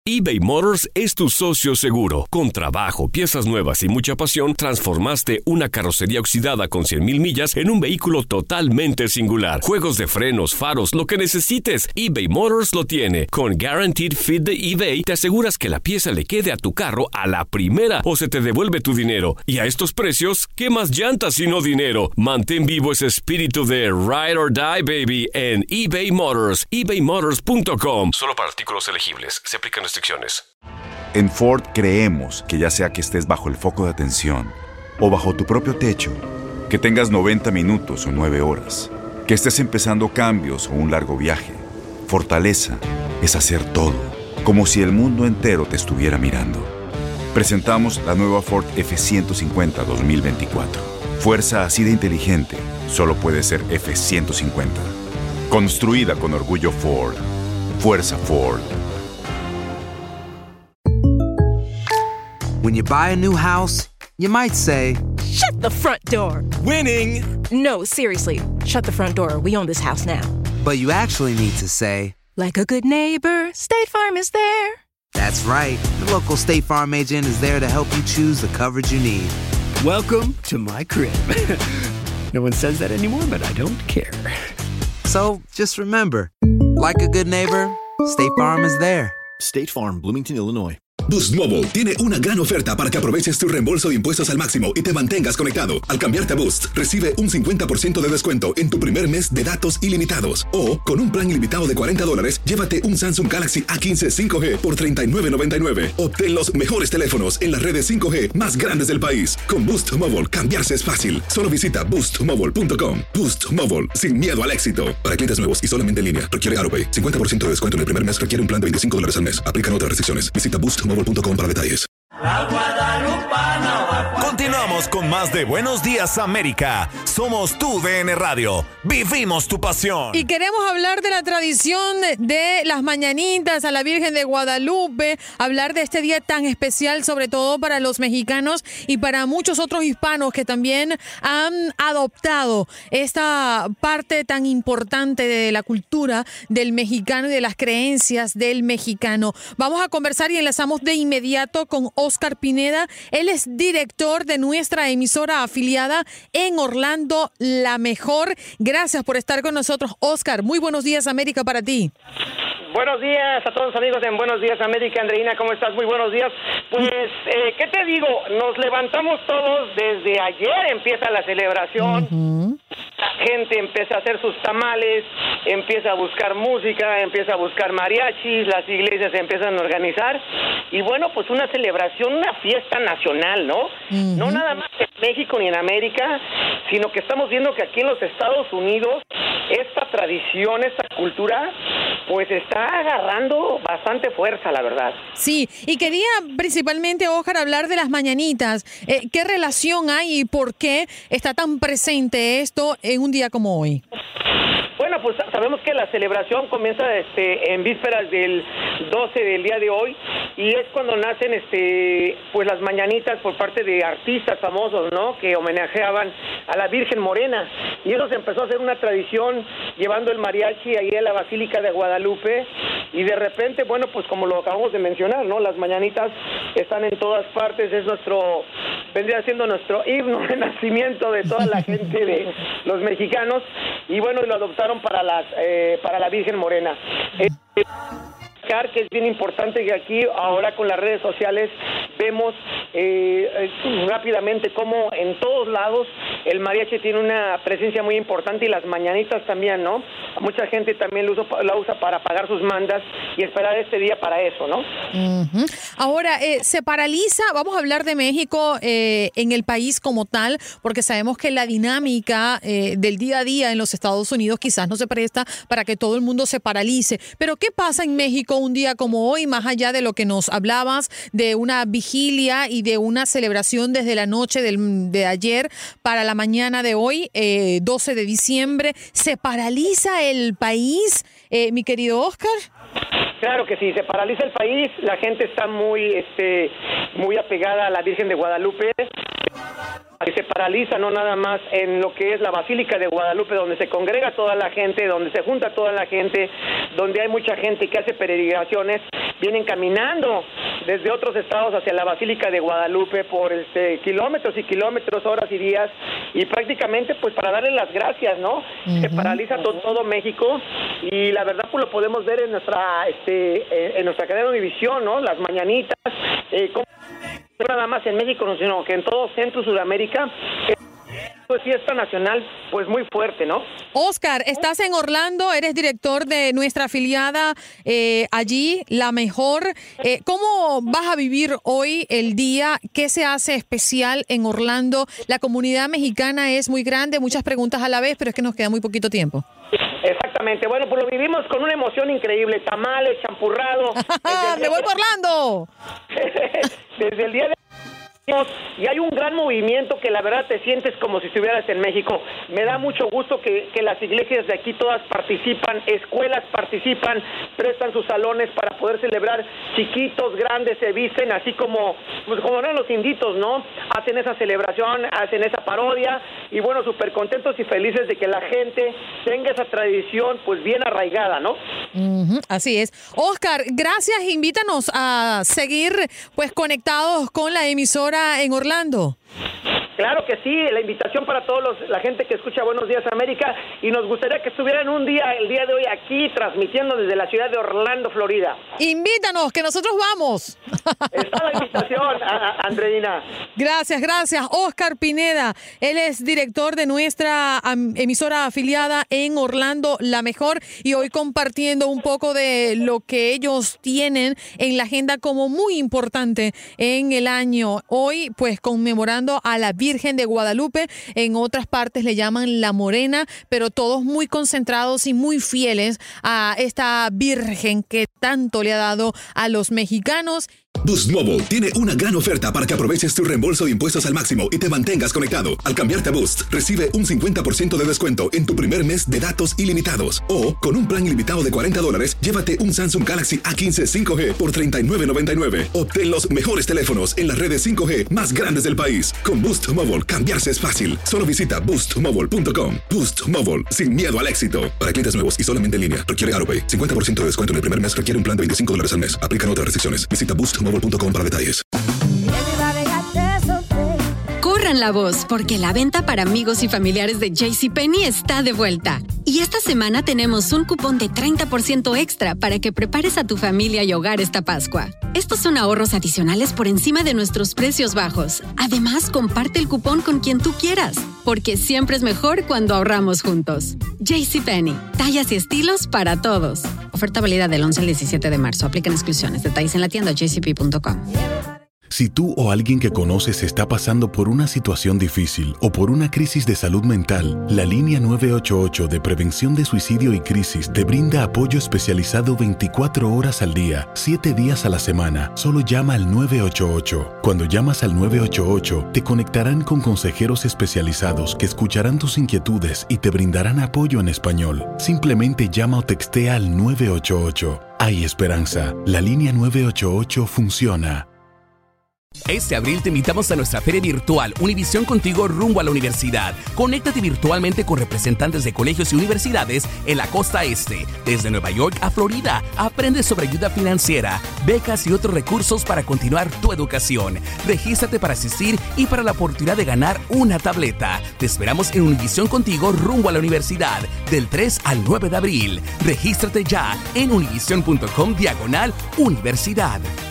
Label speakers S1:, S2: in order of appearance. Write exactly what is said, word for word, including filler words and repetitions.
S1: eBay Motors es tu socio seguro. Con trabajo, piezas nuevas y mucha pasión, transformaste una carrocería oxidada con cien mil millas en un vehículo totalmente singular. Juegos de frenos, faros, lo que necesites, eBay Motors lo tiene. Con Guaranteed Fit de eBay, te aseguras que la pieza le quede a tu carro a la primera o se te devuelve tu dinero. Y a estos precios, ¿qué más llantas sino dinero? Mantén vivo ese espíritu de Ride or Die, baby, en eBay Motors. ebay motors punto com. Solo para artículos elegibles. Se aplican restricciones.
S2: En Ford creemos que ya sea que estés bajo el foco de atención o bajo tu propio techo, que tengas noventa minutos o nueve horas, que estés empezando cambios o un largo viaje, fortaleza es hacer todo, como si el mundo entero te estuviera mirando. Presentamos la nueva Ford F ciento cincuenta dos mil veinticuatro. Fuerza así de inteligente solo puede ser F ciento cincuenta. Construida con orgullo Ford. Fuerza Ford.
S3: When you buy a new house, you might say,
S4: "Shut the front door."
S5: Winning!
S4: No, seriously. Shut the front door. We own this house now.
S3: But you actually need to say,
S4: like a good neighbor, State Farm is there.
S3: That's right. The local State Farm agent is there to help you choose the coverage you need.
S5: Welcome to my crib. No one says that anymore, but I don't care.
S3: So just remember, like a good neighbor, State Farm is there.
S6: State Farm, Bloomington, Illinois.
S7: Boost Mobile tiene una gran oferta para que aproveches tu reembolso de impuestos al máximo y te mantengas conectado. Al cambiarte a Boost, recibe un cincuenta por ciento de descuento en tu primer mes de datos ilimitados. O, con un plan ilimitado de cuarenta dólares, llévate un Samsung Galaxy A quince cinco G por treinta y nueve noventa y nueve. Obtén los mejores teléfonos en las redes cinco G más grandes del país. Con Boost Mobile, cambiarse es fácil. Solo visita boost mobile punto com. Boost Mobile, sin miedo al éxito. Para clientes nuevos y solamente en línea, requiere AutoPay. cincuenta por ciento de descuento en el primer mes requiere un plan de veinticinco dólares al mes. Aplican otras restricciones. Visita boost mobile punto com para detalles.
S8: La Guadalupana.
S9: Continuamos con más de Buenos Días América. Somos tu D N Radio. Vivimos tu pasión.
S10: Y queremos hablar de la tradición de las mañanitas a la Virgen de Guadalupe, hablar de este día tan especial, sobre todo para los mexicanos y para muchos otros hispanos que también han adoptado esta parte tan importante de la cultura del mexicano y de las creencias del mexicano. Vamos a conversar y enlazamos de inmediato con Oscar Pineda. Él es director de nuestra emisora afiliada en Orlando, La Mejor. Gracias por estar con nosotros, Oscar. Muy buenos días, América, para ti.
S11: Buenos días a todos los amigos en Buenos Días América. Andreina, ¿cómo estás? Muy buenos días. Pues, eh, ¿qué te digo? Nos levantamos todos desde ayer, empieza la celebración. Uh-huh. La gente empieza a hacer sus tamales, empieza a buscar música, empieza a buscar mariachis, las iglesias se empiezan a organizar. Y bueno, pues una celebración, una fiesta nacional, ¿no? Uh-huh. No nada más en México ni en América, sino que estamos viendo que aquí en los Estados Unidos esta tradición, esta cultura, pues está agarrando bastante fuerza, la verdad.
S10: Sí, y quería principalmente, Oscar, hablar de las mañanitas. Eh, ¿Qué relación hay y por qué está tan presente esto en un día como hoy?
S11: Bueno, pues sabemos que la celebración comienza este, en vísperas del doce del día de hoy y es cuando nacen este, pues las mañanitas por parte de artistas famosos, ¿no? Que homenajeaban a la Virgen Morena y eso se empezó a hacer una tradición llevando el mariachi ahí a la Basílica de Guadalupe y de repente, bueno, pues como lo acabamos de mencionar, ¿no? Las mañanitas están en todas partes, es nuestro, vendría siendo nuestro himno de nacimiento de toda la gente de los mexicanos y bueno, y lo adoptaron para las eh, para la Virgen Morena. Eh, que es bien importante que aquí ahora con las redes sociales vemos eh, eh, rápidamente cómo en todos lados el mariachi tiene una presencia muy importante y las mañanitas también, ¿no? Mucha gente también lo usa, la usa para pagar sus mandas y esperar este día para eso, ¿no?
S10: Uh-huh. Ahora, eh, se paraliza, vamos a hablar de México eh, en el país como tal, porque sabemos que la dinámica eh, del día a día en los Estados Unidos quizás no se presta para que todo el mundo se paralice. Pero ¿qué pasa en México un día como hoy, más allá de lo que nos hablabas, de una vigilia y de una celebración desde la noche del, de ayer para la mañana de hoy, eh, doce de diciembre? ¿Se paraliza el país, eh, mi querido Oscar?
S11: Claro que sí, se paraliza el país, la gente está muy, este, muy apegada a la Virgen de Guadalupe. Se paraliza no nada más en lo que es la Basílica de Guadalupe, donde se congrega toda la gente, donde se junta toda la gente, donde hay mucha gente que hace peregrinaciones, vienen caminando desde otros estados hacia la Basílica de Guadalupe por este kilómetros y kilómetros, horas y días, y prácticamente pues para darle las gracias, ¿no? Uh-huh. Se paraliza to- todo México, y la verdad pues lo podemos ver en nuestra este en nuestra cadena de Univisión, ¿no? Las mañanitas, eh, como no nada más en México, sino que en todo Centro Sudamérica. Eh, Pues fiesta nacional, pues muy fuerte, ¿no?
S10: Oscar, estás en Orlando, eres director de nuestra afiliada eh, allí, La Mejor. Eh, ¿Cómo vas a vivir hoy el día? ¿Qué se hace especial en Orlando? La comunidad mexicana es muy grande, muchas preguntas a la vez, pero es que nos queda muy poquito tiempo.
S11: Exactamente, bueno, pues lo vivimos con una emoción increíble, tamales, champurrado.
S10: ¡Me voy por Orlando!
S11: Desde el día de... y hay un gran movimiento que la verdad te sientes como si estuvieras en México. Me da mucho gusto que, que las iglesias de aquí todas participan, escuelas participan, prestan sus salones para poder celebrar, chiquitos, grandes, se visten así como, pues como eran los inditos, ¿no? Hacen esa celebración, hacen esa parodia, y bueno, súper contentos y felices de que la gente tenga esa tradición pues bien arraigada, ¿no?
S10: Uh-huh, así es. Oscar, gracias, invítanos a seguir pues conectados con la emisora en Orlando.
S11: Claro que sí, la invitación para todos los, la gente que escucha Buenos Días América, y nos gustaría que estuvieran un día, el día de hoy, aquí transmitiendo desde la ciudad de Orlando, Florida.
S10: Invítanos, que nosotros vamos.
S11: Está la invitación, a, a Andreina.
S10: Gracias, gracias. Oscar Pineda, él es director de nuestra um, emisora afiliada en Orlando, La Mejor, y hoy compartiendo un poco de lo que ellos tienen en la agenda como muy importante en el año. Hoy, pues, conmemorando a la Virgen de Guadalupe, en otras partes le llaman La Morena, pero todos muy concentrados y muy fieles a esta Virgen que tanto le ha dado a los mexicanos.
S7: Boost Mobile tiene una gran oferta para que aproveches tu reembolso de impuestos al máximo y te mantengas conectado. Al cambiarte a Boost, recibe un cincuenta por ciento de descuento en tu primer mes de datos ilimitados. O, con un plan ilimitado de cuarenta dólares, llévate un Samsung Galaxy A quince cinco G por treinta y nueve noventa y nueve. Obtén los mejores teléfonos en las redes cinco G más grandes del país. Con Boost Mobile, cambiarse es fácil. Solo visita boost mobile punto com. Boost Mobile, sin miedo al éxito. Para clientes nuevos y solamente en línea, requiere AutoPay. cincuenta por ciento de descuento en el primer mes requiere un plan de veinticinco dólares al mes. Aplican otras restricciones. Visita boost mobile punto com para detalles.
S12: Corran la voz, porque la venta para amigos y familiares de JCPenney está de vuelta. Y esta semana tenemos un cupón de treinta por ciento extra para que prepares a tu familia y hogar esta Pascua. Estos son ahorros adicionales por encima de nuestros precios bajos. Además, comparte el cupón con quien tú quieras, porque siempre es mejor cuando ahorramos juntos. JCPenney, tallas y estilos para todos. Oferta válida del once al diecisiete de marzo. Aplican exclusiones. Detalles en la tienda j c p punto com.
S13: Si tú o alguien que conoces está pasando por una situación difícil o por una crisis de salud mental, la línea nueve ocho ocho de Prevención de Suicidio y Crisis te brinda apoyo especializado veinticuatro horas al día, siete días a la semana. Solo llama al nueve ocho ocho. Cuando llamas al nueve ocho ocho, te conectarán con consejeros especializados que escucharán tus inquietudes y te brindarán apoyo en español. Simplemente llama o textea al nueve ocho ocho. Hay esperanza. La línea nueve ocho ocho funciona.
S14: Este abril te invitamos a nuestra feria virtual Univisión Contigo rumbo a la universidad. Conéctate virtualmente con representantes de colegios y universidades en la costa este, desde Nueva York a Florida. Aprende sobre ayuda financiera, becas y otros recursos para continuar tu educación. Regístrate para asistir y para la oportunidad de ganar una tableta. Te esperamos en Univisión Contigo rumbo a la universidad del tres al nueve de abril. Regístrate ya en univision punto com diagonal universidad.